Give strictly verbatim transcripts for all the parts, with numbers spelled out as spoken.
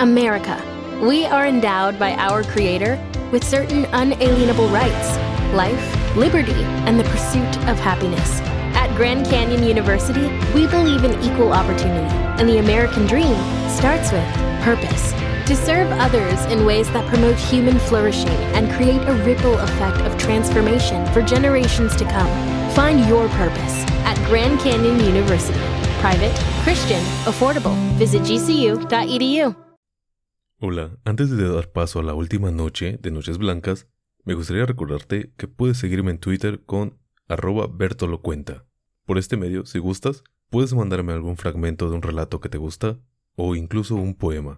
America. We are endowed by our Creator with certain unalienable rights: life, liberty, and the pursuit of happiness. At Grand Canyon University, we believe in equal opportunity, and the American dream starts with purpose. To serve others in ways that promote human flourishing and create a ripple effect of transformation for generations to come. Find your purpose at Grand Canyon University. Private, Christian, affordable. Visit g c u dot e d u. Hola, antes de dar paso a la última noche de Noches Blancas, me gustaría recordarte que puedes seguirme en Twitter con arroba bertolocuenta. Por este medio, si gustas, puedes mandarme algún fragmento de un relato que te gusta o incluso un poema.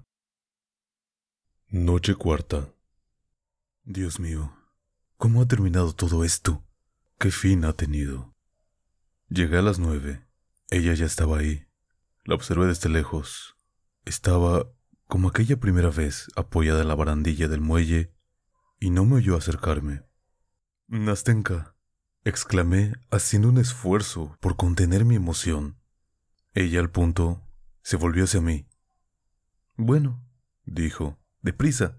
Noche cuarta. Dios mío, ¿cómo ha terminado todo esto? ¿Qué fin ha tenido? Llegué a las nueve. Ella ya estaba ahí. La observé desde lejos. Estaba, como aquella primera vez, apoyada en la barandilla del muelle y no me oyó acercarme. «Nastenka», exclamé, haciendo un esfuerzo por contener mi emoción. Ella, al punto, se volvió hacia mí. «Bueno», dijo, «deprisa».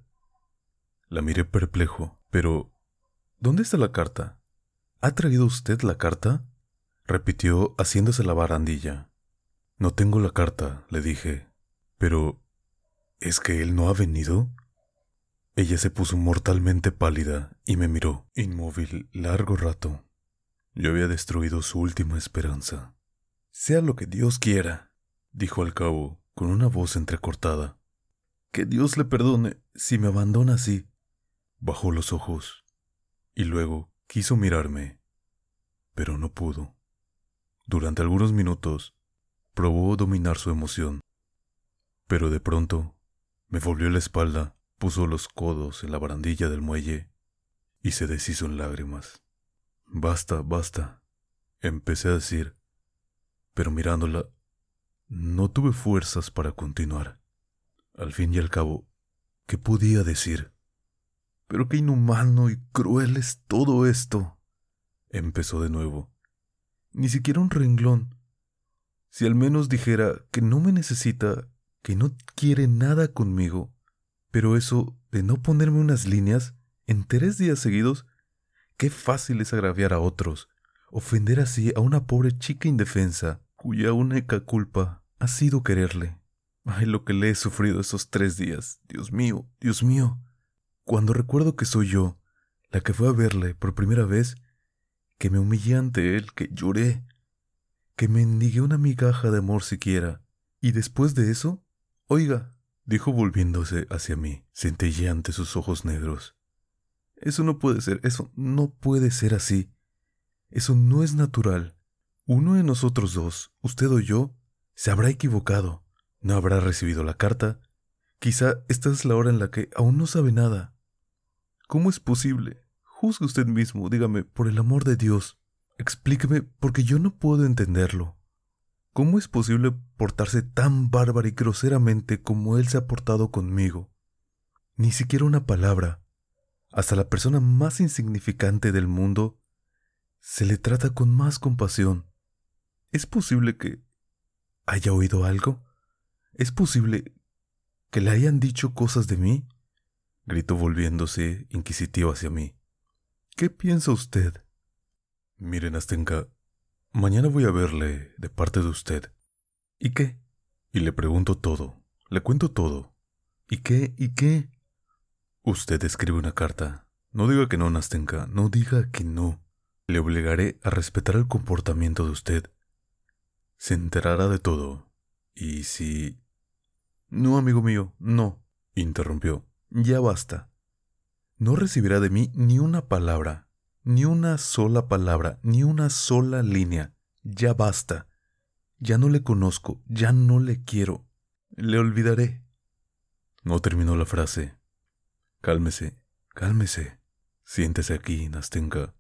La miré perplejo, pero ¿dónde está la carta? ¿Ha traído usted la carta?, repitió, haciéndose la barandilla. «No tengo la carta», le dije. «Pero, ¿es que él no ha venido?» Ella se puso mortalmente pálida y me miró, inmóvil, largo rato. Yo había destruido su última esperanza. «Sea lo que Dios quiera», dijo al cabo, con una voz entrecortada. «Que Dios le perdone si me abandona así». Bajó los ojos y luego quiso mirarme, pero no pudo. Durante algunos minutos probó dominar su emoción, pero de pronto me volvió la espalda, puso los codos en la barandilla del muelle y se deshizo en lágrimas. «Basta, basta», empecé a decir, pero mirándola no tuve fuerzas para continuar. Al fin y al cabo, ¿qué podía decir? «Pero qué inhumano y cruel es todo esto», empezó de nuevo. «Ni siquiera un renglón. Si al menos dijera que no me necesita, que no quiere nada conmigo, pero eso de no ponerme unas líneas en tres días seguidos, qué fácil es agraviar a otros, ofender así a una pobre chica indefensa, cuya única culpa ha sido quererle. Ay, lo que le he sufrido esos tres días, Dios mío, Dios mío. Cuando recuerdo que soy yo, la que fue a verle por primera vez, que me humillé ante él, que lloré, que mendigué una migaja de amor siquiera, y después de eso, oiga», dijo volviéndose hacia mí, centelleé ante sus ojos negros. «Eso no puede ser, eso no puede ser así. Eso no es natural. Uno de nosotros dos, usted o yo, se habrá equivocado. No habrá recibido la carta. Quizá esta es la hora en la que aún no sabe nada. ¿Cómo es posible? Juzgue usted mismo, dígame, por el amor de Dios. Explíqueme, porque yo no puedo entenderlo. ¿Cómo es posible portarse tan bárbara y groseramente como él se ha portado conmigo? Ni siquiera una palabra. Hasta la persona más insignificante del mundo se le trata con más compasión. ¿Es posible que haya oído algo? ¿Es posible que le hayan dicho cosas de mí?», gritó volviéndose inquisitivo hacia mí. «¿Qué piensa usted?» «Mire, Nastenka, mañana voy a verle de parte de usted». «¿Y qué?» «Y le pregunto todo, le cuento todo». «¿Y qué? ¿Y qué?» «Usted escribe una carta. No diga que no, Nastenka, no diga que no. Le obligaré a respetar el comportamiento de usted. Se enterará de todo. Y si...» «No, amigo mío, no», interrumpió. «Ya basta. No recibirá de mí ni una palabra, ni una sola palabra, ni una sola línea. Ya basta. Ya no le conozco, ya no le quiero. Le olvidaré». No terminó la frase. «Cálmese, cálmese. Siéntese aquí, Nastenka»,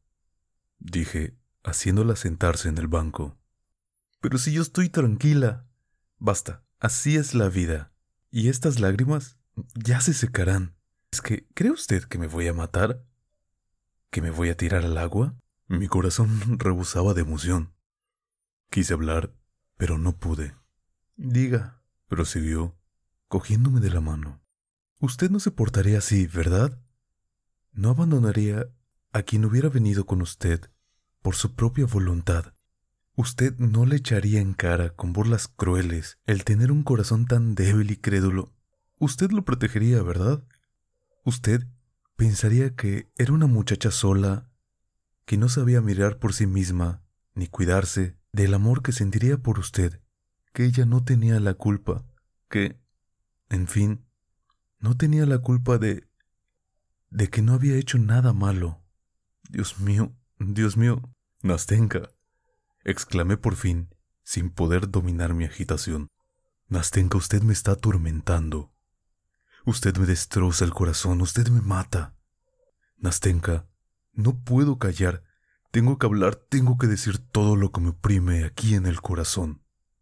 dije, haciéndola sentarse en el banco. «Pero si yo estoy tranquila». «Basta, así es la vida. Y estas lágrimas ya se secarán. ¿Es que cree usted que me voy a matar? ¿Que me voy a tirar al agua?» Mi corazón rebosaba de emoción. Quise hablar, pero no pude. «Diga», prosiguió, cogiéndome de la mano. Usted no se portaría así, ¿verdad? No abandonaría a quien hubiera venido con usted por su propia voluntad. Usted no le echaría en cara con burlas crueles el tener un corazón tan débil y crédulo. Usted lo protegería, ¿verdad? Usted pensaría que era una muchacha sola, que no sabía mirar por sí misma ni cuidarse del amor que sentiría por usted, que ella no tenía la culpa, que, en fin, no tenía la culpa de... de que no había hecho nada malo. Dios mío, Dios mío, Nastenka, exclamé por fin, sin poder dominar mi agitación. Nastenka, usted me está atormentando. Usted me destroza el corazón, usted me mata. Nastenka, no puedo callar. Tengo que hablar, tengo que decir todo lo que me oprime aquí en el corazón.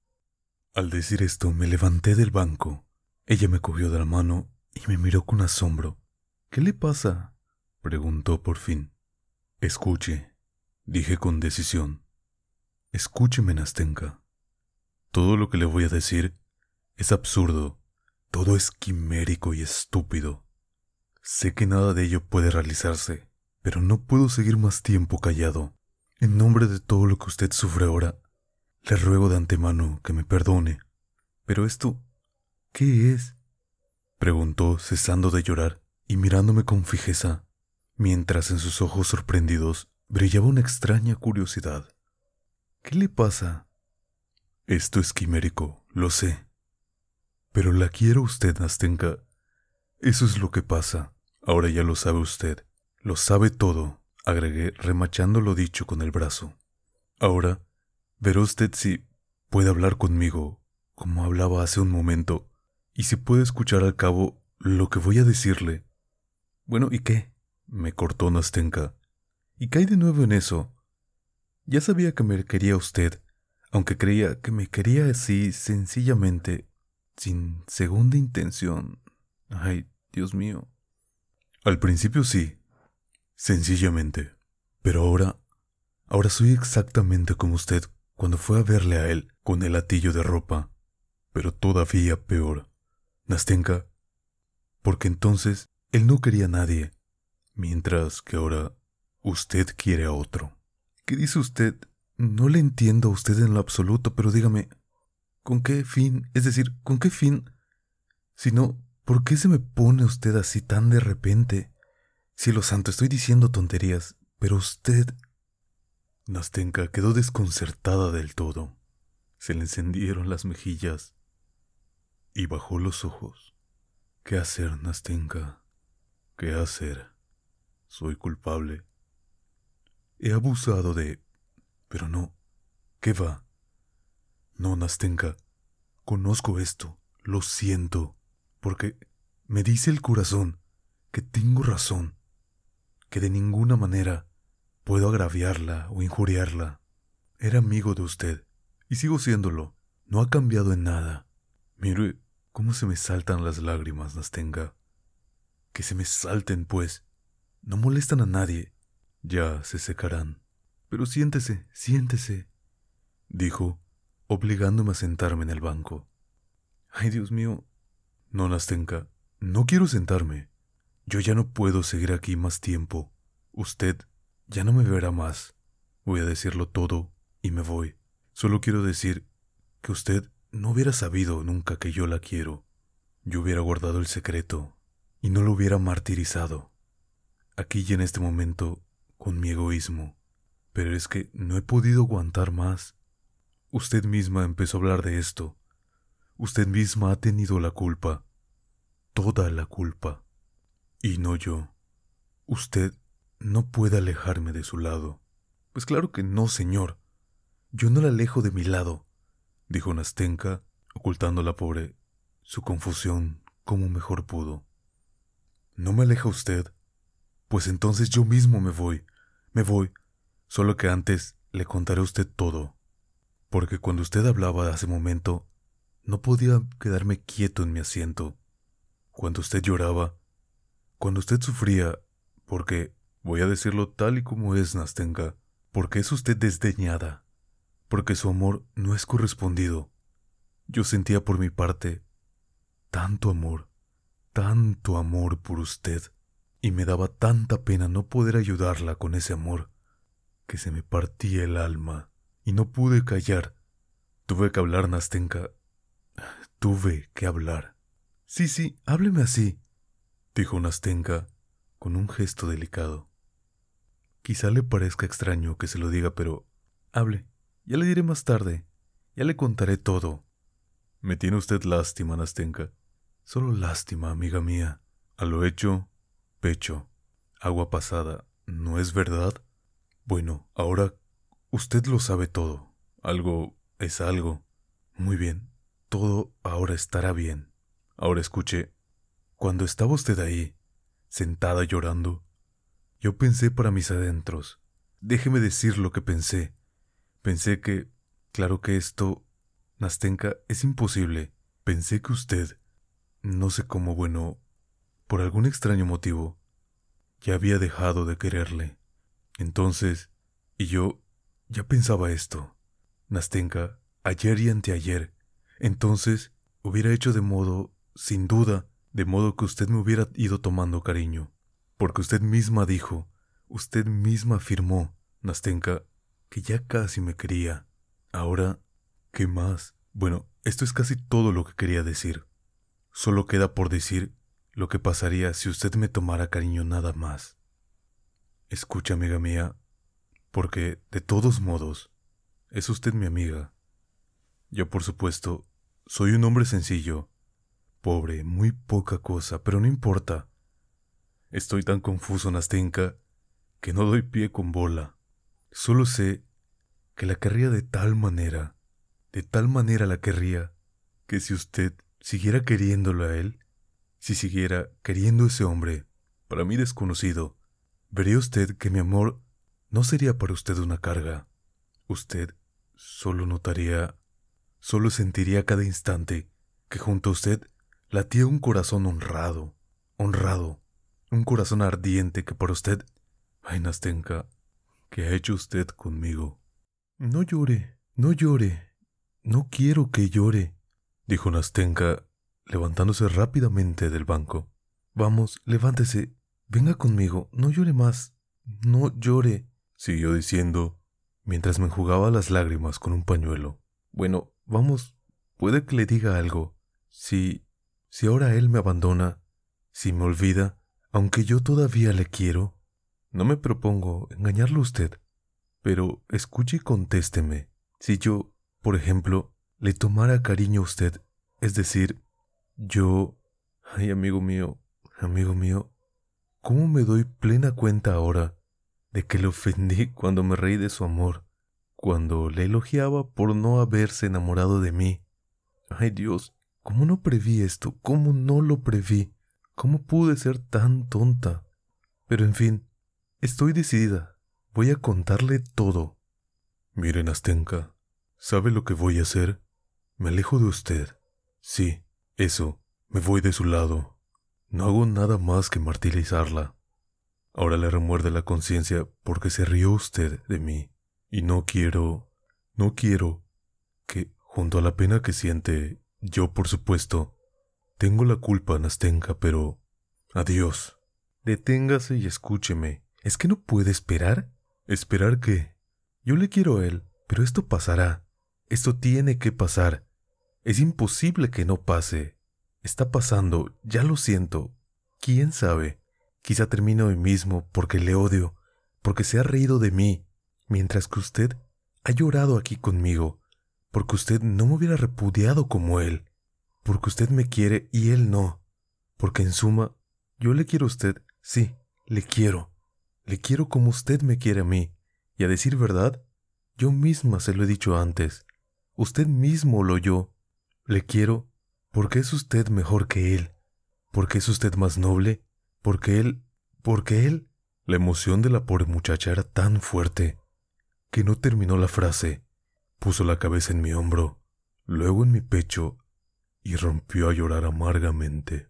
Al decir esto, me levanté del banco. Ella me cogió de la mano y me miró con asombro. ¿Qué le pasa?, preguntó por fin. Escuche, dije con decisión. Escúcheme, Nastenka. Todo lo que le voy a decir es absurdo. Todo es quimérico y estúpido. Sé que nada de ello puede realizarse, pero no puedo seguir más tiempo callado. En nombre de todo lo que usted sufre ahora, le ruego de antemano que me perdone. Pero esto, ¿qué es?, preguntó cesando de llorar y mirándome con fijeza, mientras en sus ojos sorprendidos brillaba una extraña curiosidad. ¿Qué le pasa? Esto es quimérico, lo sé. Pero la quiero a usted, Nastenka. Eso es lo que pasa. Ahora ya lo sabe usted. Lo sabe todo, agregué, remachando lo dicho con el brazo. Ahora, verá usted si puede hablar conmigo, como hablaba hace un momento, y si puede escuchar al cabo lo que voy a decirle. Bueno, ¿y qué?, me cortó Nastenka. ¿Y qué hay de nuevo en eso? Ya sabía que me quería usted, aunque creía que me quería así sencillamente, sin segunda intención. Ay, Dios mío. Al principio sí, sencillamente. Pero ahora, ahora soy exactamente como usted cuando fue a verle a él con el latillo de ropa. Pero todavía peor, Nastenka, porque entonces él no quería a nadie, mientras que ahora usted quiere a otro. ¿Qué dice usted? No le entiendo a usted en lo absoluto, pero dígame, ¿con qué fin? Es decir, ¿con qué fin? Si no, ¿por qué se me pone usted así tan de repente? Cielo santo, estoy diciendo tonterías, pero usted... Nastenka quedó desconcertada del todo. Se le encendieron las mejillas y bajó los ojos. ¿Qué hacer, Nastenka? ¿Qué hacer? Soy culpable. He abusado de... Pero no. ¿Qué va? No, Nastenka. Conozco esto. Lo siento. Porque me dice el corazón que tengo razón. Que de ninguna manera puedo agraviarla o injuriarla. Era amigo de usted. Y sigo siéndolo. No ha cambiado en nada. Mire cómo se me saltan las lágrimas, Nastenka. Que se me salten, pues. No molestan a nadie. Ya se secarán. Pero siéntese, siéntese, dijo, obligándome a sentarme en el banco. Ay, Dios mío. No, Nastenka, no quiero sentarme. Yo ya no puedo seguir aquí más tiempo. Usted ya no me verá más. Voy a decirlo todo y me voy. Solo quiero decir que usted no hubiera sabido nunca que yo la quiero. Yo hubiera guardado el secreto y no lo hubiera martirizado. Aquí y en este momento, con mi egoísmo. Pero es que no he podido aguantar más. Usted misma empezó a hablar de esto. Usted misma ha tenido la culpa. Toda la culpa. Y no yo. Usted no puede alejarme de su lado. Pues claro que no, señor. Yo no la alejo de mi lado, dijo Nastenka, ocultando la pobre su confusión como mejor pudo. ¿No me aleja usted? Pues entonces yo mismo me voy. Me voy. Solo que antes le contaré a usted todo. Porque cuando usted hablaba hace momento, no podía quedarme quieto en mi asiento. Cuando usted lloraba, cuando usted sufría, porque, voy a decirlo tal y como es, Nastenka, porque es usted desdeñada, porque su amor no es correspondido. Yo sentía por mi parte tanto amor, tanto amor por usted, y me daba tanta pena no poder ayudarla con ese amor, que se me partía el alma, y no pude callar. Tuve que hablar, Nastenka. Tuve que hablar. Sí, sí, hábleme así, dijo Nastenka con un gesto delicado. Quizá le parezca extraño que se lo diga, pero hable. Ya le diré más tarde. Ya le contaré todo. Me tiene usted lástima, Nastenka. Solo lástima, amiga mía. A lo hecho, pecho. Agua pasada, ¿no es verdad? Bueno, ahora usted lo sabe todo. Algo es algo. Muy bien. Todo ahora estará bien. Ahora escuche. Cuando estaba usted ahí, sentada llorando, yo pensé para mis adentros. Déjeme decir lo que pensé. Pensé que, claro que esto, Nastenka, es imposible. Pensé que usted, no sé cómo, bueno, por algún extraño motivo, ya había dejado de quererle. Entonces, y yo ya pensaba esto. Nastenka, ayer y anteayer, entonces hubiera hecho de modo, sin duda, de modo que usted me hubiera ido tomando cariño. Porque usted misma dijo, usted misma afirmó, Nastenka, que ya casi me quería. Ahora, ¿qué más? Bueno, esto es casi todo lo que quería decir. Solo queda por decir lo que pasaría si usted me tomara cariño nada más. Escucha, amiga mía, porque, de todos modos, es usted mi amiga. Yo, por supuesto, soy un hombre sencillo, pobre, muy poca cosa, pero no importa. Estoy tan confuso, Nastenka, que no doy pie con bola. Solo sé que la querría de tal manera, de tal manera la querría, que si usted siguiera queriéndolo a él, si siguiera queriendo a ese hombre, para mí desconocido, vería usted que mi amor no sería para usted una carga. Usted solo notaría, solo sentiría cada instante que junto a usted latía un corazón honrado, honrado, un corazón ardiente que para usted, ay, Nastenka, ¿qué ha hecho usted conmigo? No llore, no llore, no quiero que llore, dijo Nastenka, levantándose rápidamente del banco. Vamos, levántese, venga conmigo, no llore más, no llore, siguió diciendo, mientras me enjugaba las lágrimas con un pañuelo. Bueno, vamos, puede que le diga algo. Si, si ahora él me abandona, si me olvida, aunque yo todavía le quiero, no me propongo engañarlo a usted, pero escuche y contésteme. Si yo, por ejemplo, le tomara cariño a usted, es decir, yo... Ay, amigo mío, amigo mío, ¿cómo me doy plena cuenta ahora de que le ofendí cuando me reí de su amor, cuando le elogiaba por no haberse enamorado de mí? Ay, Dios, ¿cómo no preví esto? ¿Cómo no lo preví? ¿Cómo pude ser tan tonta? Pero en fin, estoy decidida. Voy a contarle todo. Mire, Nastenka, ¿sabe lo que voy a hacer? Me alejo de usted. Sí, eso, me voy de su lado. No hago nada más que martirizarla. Ahora le remuerde la conciencia porque se rió usted de mí. Y no quiero, no quiero que, junto a la pena que siente, yo, por supuesto, tengo la culpa, Nastenka, pero... Adiós. Deténgase y escúcheme. ¿Es que no puede esperar? ¿Esperar qué? Yo le quiero a él, pero esto pasará. Esto tiene que pasar. Es imposible que no pase. Está pasando, ya lo siento. ¿Quién sabe? Quizá termine hoy mismo porque le odio, porque se ha reído de mí, mientras que usted ha llorado aquí conmigo, porque usted no me hubiera repudiado como él, porque usted me quiere y él no, porque en suma, yo le quiero a usted, sí, le quiero, le quiero como usted me quiere a mí, y a decir verdad, yo misma se lo he dicho antes, usted mismo lo oyó, le quiero porque es usted mejor que él, porque es usted más noble, porque él, porque él... La emoción de la pobre muchacha era tan fuerte que no terminó la frase. Puso la cabeza en mi hombro, luego en mi pecho, y rompió a llorar amargamente.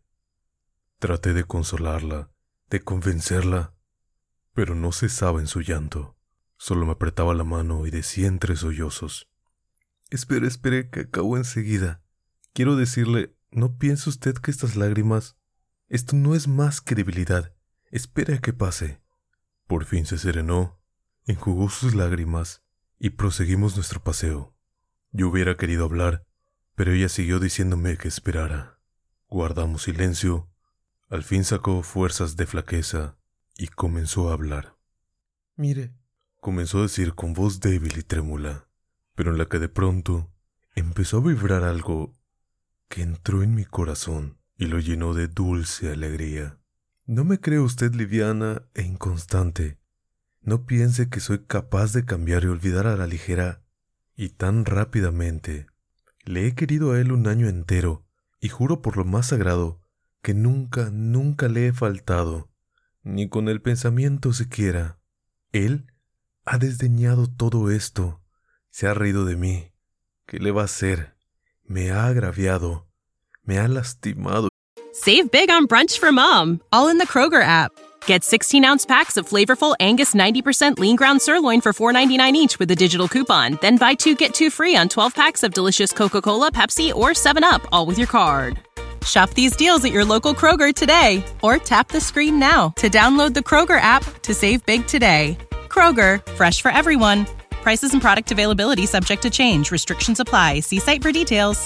Traté de consolarla, de convencerla, pero no cesaba en su llanto. Solo me apretaba la mano y decía entre sollozos: «Espere, espere, que acabo enseguida. Quiero decirle, no piense usted que estas lágrimas... Esto no es más que debilidad. Espere a que pase. Por fin se serenó, enjugó sus lágrimas y proseguimos nuestro paseo. Yo hubiera querido hablar, pero ella siguió diciéndome que esperara. Guardamos silencio. Al fin sacó fuerzas de flaqueza y comenzó a hablar. Mire, comenzó a decir con voz débil y trémula, pero en la que de pronto empezó a vibrar algo que entró en mi corazón y lo llenó de dulce alegría. No me cree usted liviana e inconstante. No piense que soy capaz de cambiar y olvidar a la ligera y tan rápidamente. Le he querido a él un año entero y juro por lo más sagrado que nunca, nunca le he faltado, ni con el pensamiento siquiera. Él ha desdeñado todo esto, se ha reído de mí. ¿Qué le va a hacer? Me ha agraviado, me ha lastimado. Save big on brunch for mom, all in the Kroger app. Get sixteen-ounce packs of flavorful Angus ninety percent lean ground sirloin for four ninety-nine each with a digital coupon. Then buy two, get two free on twelve packs of delicious Coca-Cola, Pepsi, or seven up, all with your card. Shop these deals at your local Kroger today, or tap the screen now to download the Kroger app to save big today. Kroger, fresh for everyone. Prices and product availability subject to change. Restrictions apply. See site for details.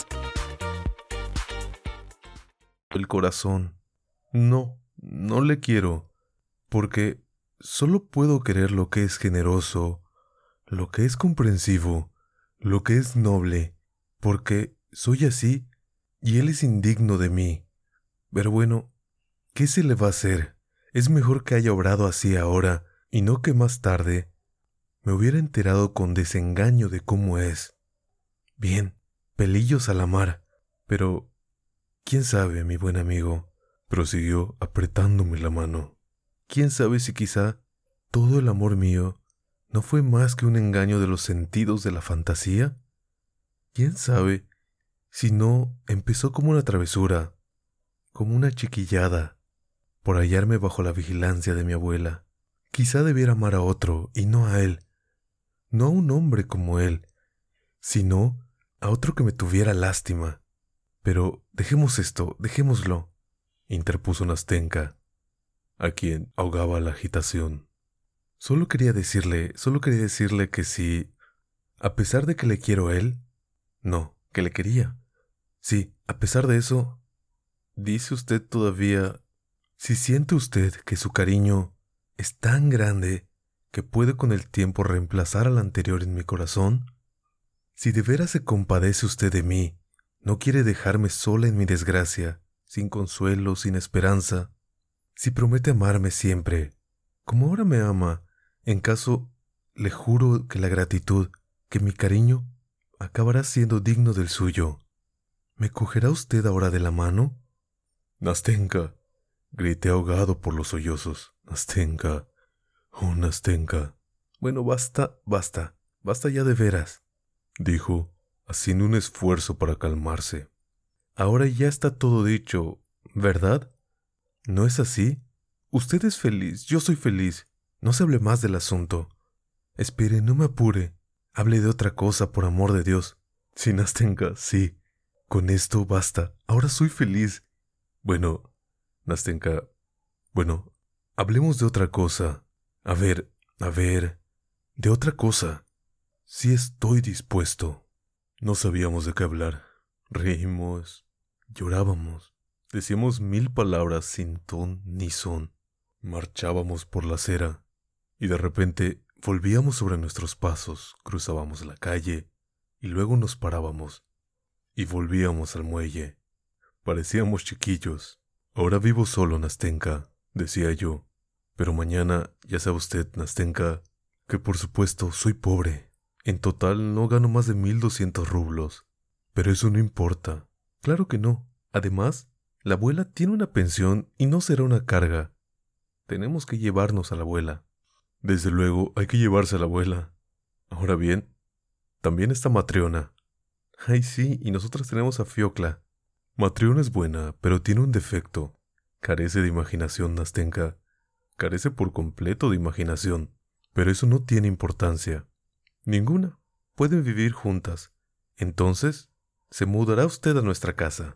El corazón. No, no le quiero, porque solo puedo querer lo que es generoso, lo que es comprensivo, lo que es noble, porque soy así y él es indigno de mí. Pero bueno, ¿qué se le va a hacer? Es mejor que haya obrado así ahora y no que más tarde me hubiera enterado con desengaño de cómo es. Bien, pelillos a la mar, pero quién sabe, mi buen amigo, prosiguió apretándome la mano. ¿Quién sabe si quizá todo el amor mío no fue más que un engaño de los sentidos de la fantasía? ¿Quién sabe si no empezó como una travesura, como una chiquillada, por hallarme bajo la vigilancia de mi abuela? Quizá debiera amar a otro y no a él, no a un hombre como él, sino a otro que me tuviera lástima. Pero dejemos esto, dejémoslo, interpuso Nastenka, a quien ahogaba la agitación. Solo quería decirle, solo quería decirle que si, a pesar de que le quiero a él, no, que le quería. Sí, a pesar de eso, dice usted todavía, si siente usted que su cariño es tan grande que puede con el tiempo reemplazar al anterior en mi corazón, si de veras se compadece usted de mí, no quiere dejarme sola en mi desgracia, sin consuelo, sin esperanza, si promete amarme siempre, como ahora me ama, en caso, le juro que la gratitud, que mi cariño, acabará siendo digno del suyo. ¿Me cogerá usted ahora de la mano? Nastenka, grité ahogado por los sollozos. Nastenka, oh Nastenka. Bueno, basta, basta, basta ya de veras, dijo, haciendo un esfuerzo para calmarse. Ahora ya está todo dicho, ¿verdad? ¿No es así? Usted es feliz, yo soy feliz. No se hable más del asunto. Espere, no me apure. Hable de otra cosa, por amor de Dios. Sí, Nastenka, sí. Con esto basta. Ahora soy feliz. Bueno, Nastenka, bueno, hablemos de otra cosa. A ver, a ver, de otra cosa. Sí estoy dispuesto. No sabíamos de qué hablar. Reímos, llorábamos, decíamos mil palabras sin ton ni son. Marchábamos por la acera y de repente volvíamos sobre nuestros pasos, cruzábamos la calle y luego nos parábamos y volvíamos al muelle. Parecíamos chiquillos. Ahora vivo solo, Nastenka, decía yo, pero mañana, ya sabe usted, Nastenka, que por supuesto soy pobre. En total no gano más de mil doscientos rublos. Pero eso no importa. Claro que no. Además, la abuela tiene una pensión y no será una carga. Tenemos que llevarnos a la abuela. Desde luego, hay que llevarse a la abuela. Ahora bien, también está Matriona. Ay, sí, y nosotras tenemos a Fiocla. Matriona es buena, pero tiene un defecto. Carece de imaginación, Nastenka. Carece por completo de imaginación. Pero eso no tiene importancia. Ninguna. Pueden vivir juntas. Entonces, se mudará usted a nuestra casa.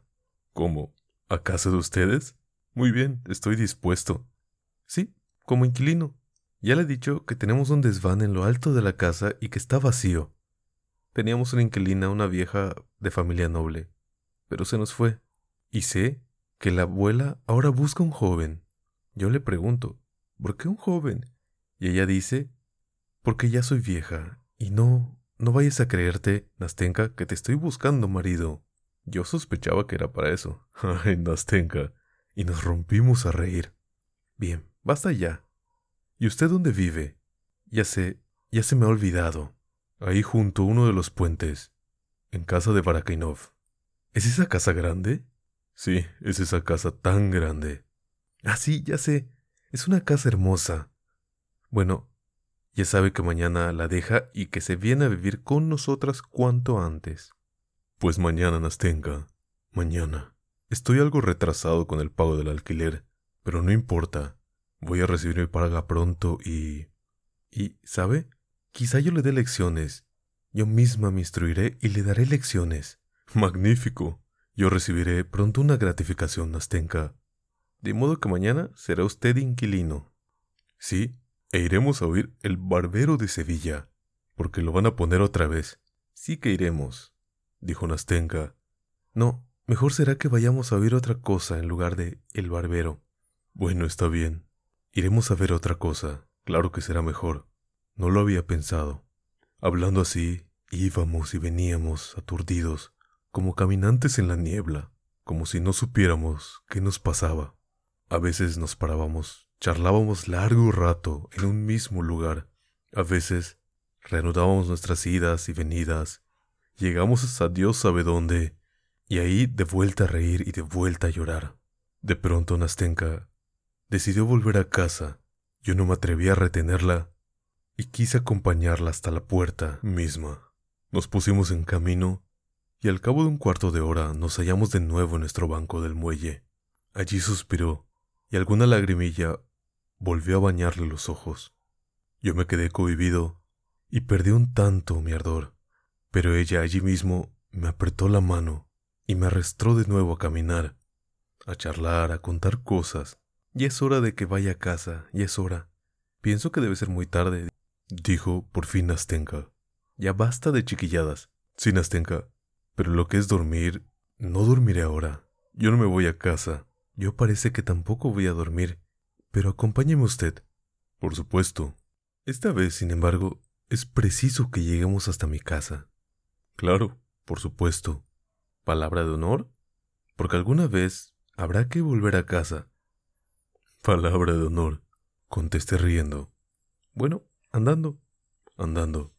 ¿Cómo? ¿A casa de ustedes? Muy bien, estoy dispuesto. Sí, como inquilino. Ya le he dicho que tenemos un desván en lo alto de la casa y que está vacío. Teníamos una inquilina, una vieja de familia noble, pero se nos fue. Y sé que la abuela ahora busca un joven. Yo le pregunto, ¿por qué un joven? Y ella dice, porque ya soy vieja, y no, no vayas a creerte, Nastenka, que te estoy buscando marido. Yo sospechaba que era para eso. Ay, Nastenka. Y nos rompimos a reír. Bien, basta ya. ¿Y usted dónde vive? Ya sé, ya se me ha olvidado. Ahí junto a uno de los puentes, en casa de Barakinov. ¿Es esa casa grande? Sí, es esa casa tan grande. Ah, sí, ya sé. Es una casa hermosa. Bueno, ya sabe que mañana la deja y que se viene a vivir con nosotras cuanto antes. Pues mañana, Nastenka. Mañana. Estoy algo retrasado con el pago del alquiler, pero no importa. Voy a recibir mi paga pronto y... Y, ¿sabe? Quizá yo le dé lecciones. Yo misma me instruiré y le daré lecciones. Magnífico. Yo recibiré pronto una gratificación, Nastenka. De modo que mañana será usted inquilino. Sí, e iremos a oír El Barbero de Sevilla, porque lo van a poner otra vez. Sí que iremos, dijo Nastenka. No, mejor será que vayamos a oír otra cosa en lugar de El Barbero. Bueno, está bien. Iremos a ver otra cosa. Claro que será mejor. No lo había pensado. Hablando así, íbamos y veníamos aturdidos, como caminantes en la niebla, como si no supiéramos qué nos pasaba. A veces nos parábamos, charlábamos largo rato en un mismo lugar. A veces reanudábamos nuestras idas y venidas. Llegamos hasta Dios sabe dónde, y ahí de vuelta a reír y de vuelta a llorar. De pronto Nastenka decidió volver a casa. Yo no me atreví a retenerla y quise acompañarla hasta la puerta misma. Nos pusimos en camino y al cabo de un cuarto de hora nos hallamos de nuevo en nuestro banco del muelle. Allí suspiró y alguna lagrimilla volvió a bañarle los ojos. Yo me quedé cohibido y perdí un tanto mi ardor, pero ella allí mismo me apretó la mano y me arrastró de nuevo a caminar, a charlar, a contar cosas. Ya es hora de que vaya a casa, ya es hora. Pienso que debe ser muy tarde, dijo por fin Nastenka. Ya basta de chiquilladas. Sí, Nastenka, pero lo que es dormir, no dormiré ahora. Yo no me voy a casa. Yo parece que tampoco voy a dormir, pero acompáñeme usted. Por supuesto. Esta vez, sin embargo, es preciso que lleguemos hasta mi casa. Claro, por supuesto. ¿Palabra de honor? Porque alguna vez habrá que volver a casa. Palabra de honor, contesté riendo. Bueno, andando, andando.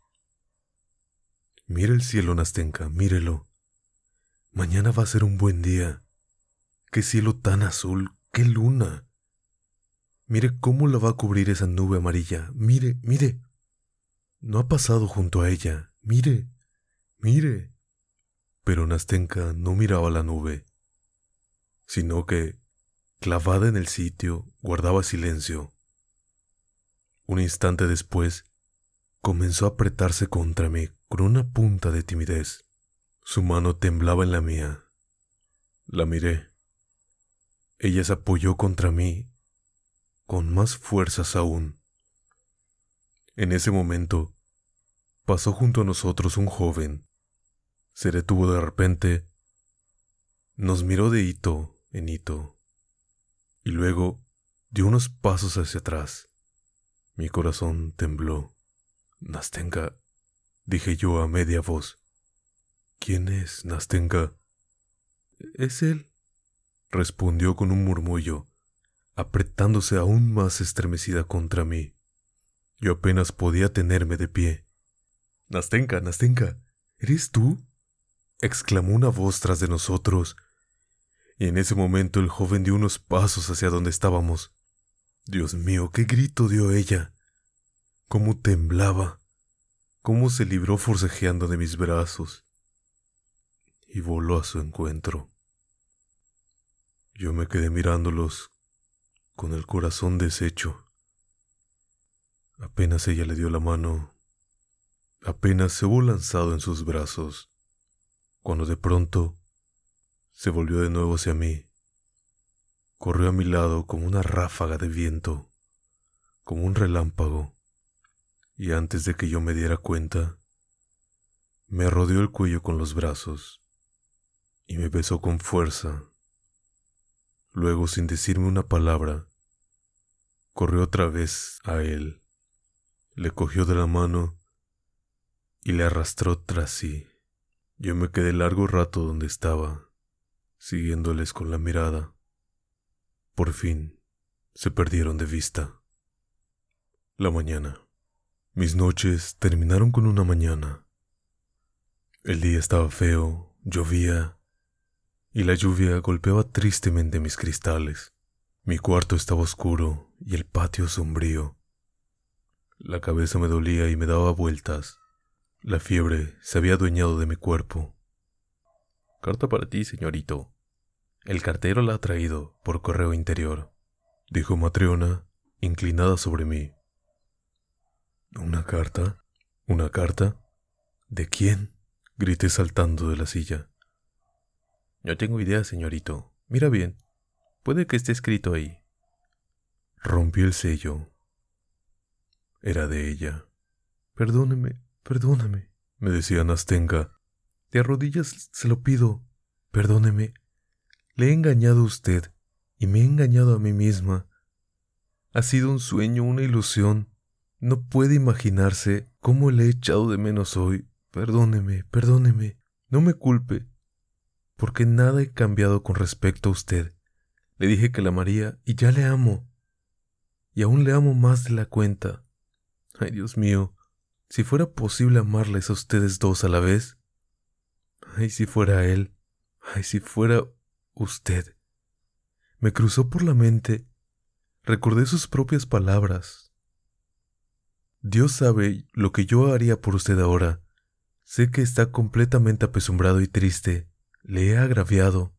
Mire el cielo, Nastenka, mírelo. Mañana va a ser un buen día. ¡Qué cielo tan azul! ¡Qué luna! Mire cómo la va a cubrir esa nube amarilla. Mire, mire. No ha pasado junto a ella. Mire, mire. Pero Nastenka no miraba la nube, sino que, clavada en el sitio, guardaba silencio. Un instante después, comenzó a apretarse contra mí con una punta de timidez. Su mano temblaba en la mía. La miré. Ella se apoyó contra mí con más fuerzas aún. En ese momento, pasó junto a nosotros un joven. Se detuvo de repente, nos miró de hito en hito, y luego dio unos pasos hacia atrás. Mi corazón tembló. Nastenka, dije yo a media voz. ¿Quién es, Nastenka? Es él, respondió con un murmullo, apretándose aún más estremecida contra mí. Yo apenas podía tenerme de pie. Nastenka, Nastenka, ¿eres tú?, exclamó una voz tras de nosotros, y en ese momento el joven dio unos pasos hacia donde estábamos. Dios mío, qué grito dio ella, cómo temblaba, cómo se libró forcejeando de mis brazos, y voló a su encuentro. Yo me quedé mirándolos con el corazón deshecho. Apenas ella le dio la mano, apenas se hubo lanzado en sus brazos, cuando de pronto se volvió de nuevo hacia mí. Corrió a mi lado como una ráfaga de viento, como un relámpago, y antes de que yo me diera cuenta, me rodeó el cuello con los brazos y me besó con fuerza. Luego, sin decirme una palabra, corrió otra vez a él, le cogió de la mano y le arrastró tras sí. Yo me quedé largo rato donde estaba, siguiéndoles con la mirada. Por fin, se perdieron de vista. La mañana. Mis noches terminaron con una mañana. El día estaba feo, llovía, y la lluvia golpeaba tristemente mis cristales. Mi cuarto estaba oscuro y el patio sombrío. La cabeza me dolía y me daba vueltas. La fiebre se había adueñado de mi cuerpo. Carta para ti, señorito. El cartero la ha traído por correo interior, dijo Matreona, inclinada sobre mí. ¿Una carta? ¿Una carta? ¿De quién? Grité saltando de la silla. No tengo idea, señorito. Mira bien. Puede que esté escrito ahí. Rompí el sello. Era de ella. Perdóneme, perdóname, me decía Nastenka. De rodillas se lo pido. Perdóneme. Le he engañado a usted y me he engañado a mí misma. Ha sido un sueño, una ilusión. No puede imaginarse cómo le he echado de menos hoy. Perdóneme, perdóneme. No me culpe, porque nada he cambiado con respecto a usted. Le dije que la amaría y ya le amo. Y aún le amo más de la cuenta. Ay, Dios mío, si fuera posible amarles a ustedes dos a la vez. Ay, si fuera él. Ay, si fuera usted. Me cruzó por la mente. Recordé sus propias palabras. Dios sabe lo que yo haría por usted ahora. Sé que está completamente apesumbrado y triste. Le he agraviado.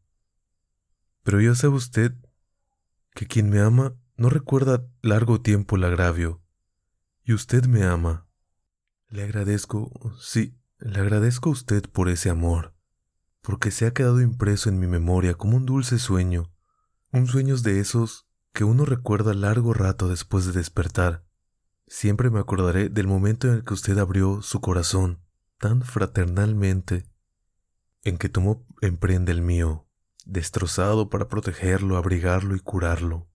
Pero ya sabe usted que quien me ama no recuerda largo tiempo el agravio. Y usted me ama. Le agradezco, sí, le agradezco a usted por ese amor, porque se ha quedado impreso en mi memoria como un dulce sueño, un sueño de esos que uno recuerda largo rato después de despertar. Siempre me acordaré del momento en el que usted abrió su corazón tan fraternalmente, en que tomó en prenda el mío, destrozado para protegerlo, abrigarlo y curarlo.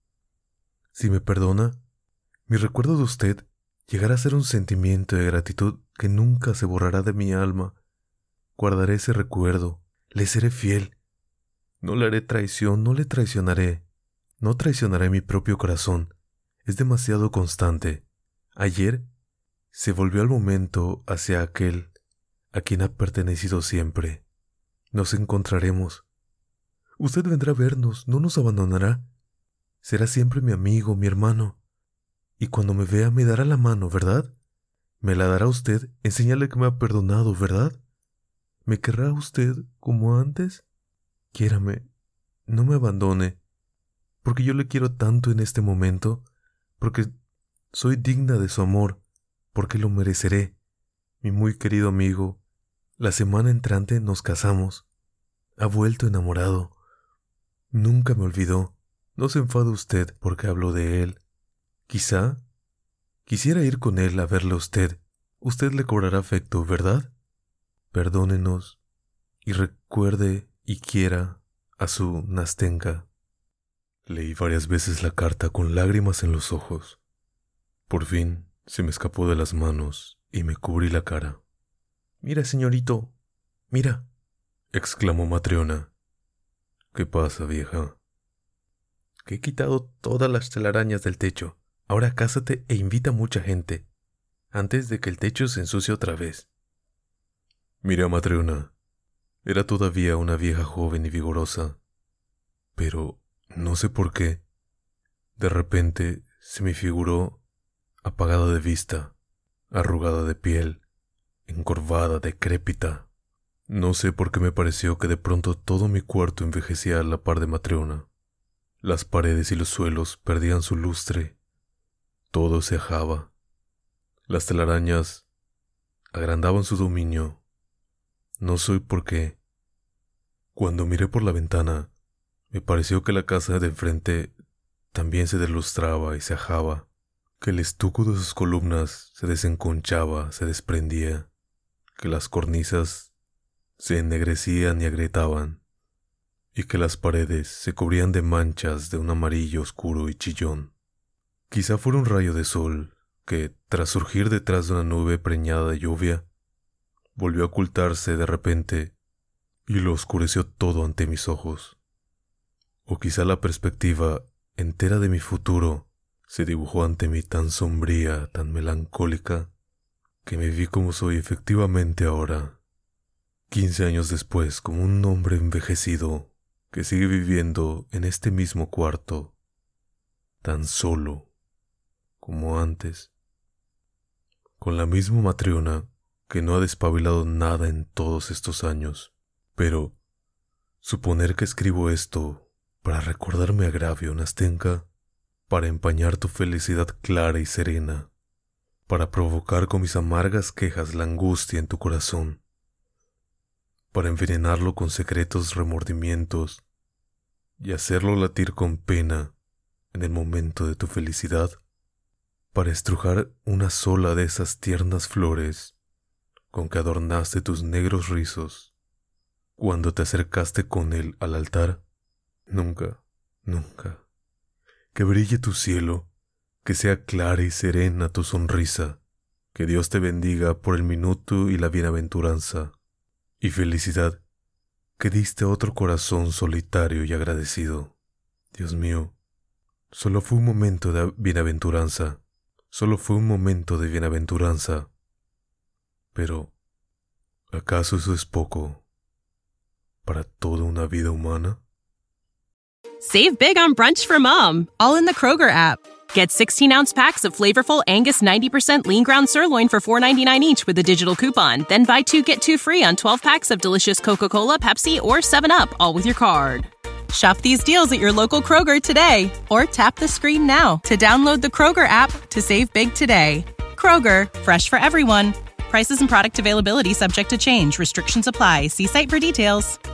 Si me perdona, mi recuerdo de usted llegará a ser un sentimiento de gratitud que nunca se borrará de mi alma. Guardaré ese recuerdo, le seré fiel. No le haré traición, no le traicionaré. No traicionaré mi propio corazón. Es demasiado constante. Ayer se volvió al momento hacia aquel a quien ha pertenecido siempre. Nos encontraremos. Usted vendrá a vernos, no nos abandonará. Será siempre mi amigo, mi hermano. Y cuando me vea me dará la mano, ¿verdad? Me la dará usted en señal de que me ha perdonado, ¿verdad? ¿Me querrá usted como antes? Quiérame, no me abandone, porque yo le quiero tanto en este momento, porque soy digna de su amor, porque lo mereceré. Mi muy querido amigo, la semana entrante nos casamos. Ha vuelto enamorado. Nunca me olvidó. No se enfade usted porque hablo de él. Quizá quisiera ir con él a verle a usted. Usted le cobrará afecto, ¿verdad? Perdónenos y recuerde y quiera a su Nastenka. Leí varias veces la carta con lágrimas en los ojos. Por fin se me escapó de las manos y me cubrí la cara. «Mira, señorito, mira», exclamó Matreona. «¿Qué pasa, vieja?» «Que he quitado todas las telarañas del techo. Ahora cásate e invita a mucha gente, antes de que el techo se ensucie otra vez». Mira, Matreona, era todavía una vieja joven y vigorosa, pero no sé por qué, de repente se me figuró apagada de vista, arrugada de piel, encorvada, decrépita. No sé por qué me pareció que de pronto todo mi cuarto envejecía a la par de Matreona. Las paredes y los suelos perdían su lustre, todo se ajaba. Las telarañas agrandaban su dominio. No sé por qué. Cuando miré por la ventana, me pareció que la casa de enfrente también se deslustraba y se ajaba, que el estuco de sus columnas se desenconchaba, se desprendía, que las cornisas se ennegrecían y agrietaban, y que las paredes se cubrían de manchas de un amarillo oscuro y chillón. Quizá fuera un rayo de sol que, tras surgir detrás de una nube preñada de lluvia, volvió a ocultarse de repente y lo oscureció todo ante mis ojos. O quizá la perspectiva entera de mi futuro se dibujó ante mí tan sombría, tan melancólica, que me vi como soy efectivamente ahora, quince años después, como un hombre envejecido que sigue viviendo en este mismo cuarto, tan solo como antes, con la misma Matriona que no ha despabilado nada en todos estos años. Pero suponer que escribo esto para recordarme agravio, Nastenka, para empañar tu felicidad clara y serena, para provocar con mis amargas quejas la angustia en tu corazón, para envenenarlo con secretos remordimientos y hacerlo latir con pena en el momento de tu felicidad, para estrujar una sola de esas tiernas flores con que adornaste tus negros rizos cuando te acercaste con él al altar. Nunca, nunca. Que brille tu cielo, que sea clara y serena tu sonrisa, que Dios te bendiga por el minuto y la bienaventuranza y felicidad que diste a otro corazón solitario y agradecido. Dios mío, solo fue un momento de bienaventuranza, solo fue un momento de bienaventuranza. Pero, ¿acaso eso es poco para toda una vida humana? Save big on brunch for mom, all in the Kroger app. Get sixteen-ounce packs of flavorful Angus ninety percent lean ground sirloin for four ninety-nine each with a digital coupon. Then buy two, get two free on twelve packs of delicious Coca-Cola, Pepsi, or seven up, all with your card. Shop these deals at your local Kroger today, or tap the screen now to download the Kroger app to save big today. Kroger, fresh for everyone. Prices and product availability subject to change. Restrictions apply. See site for details.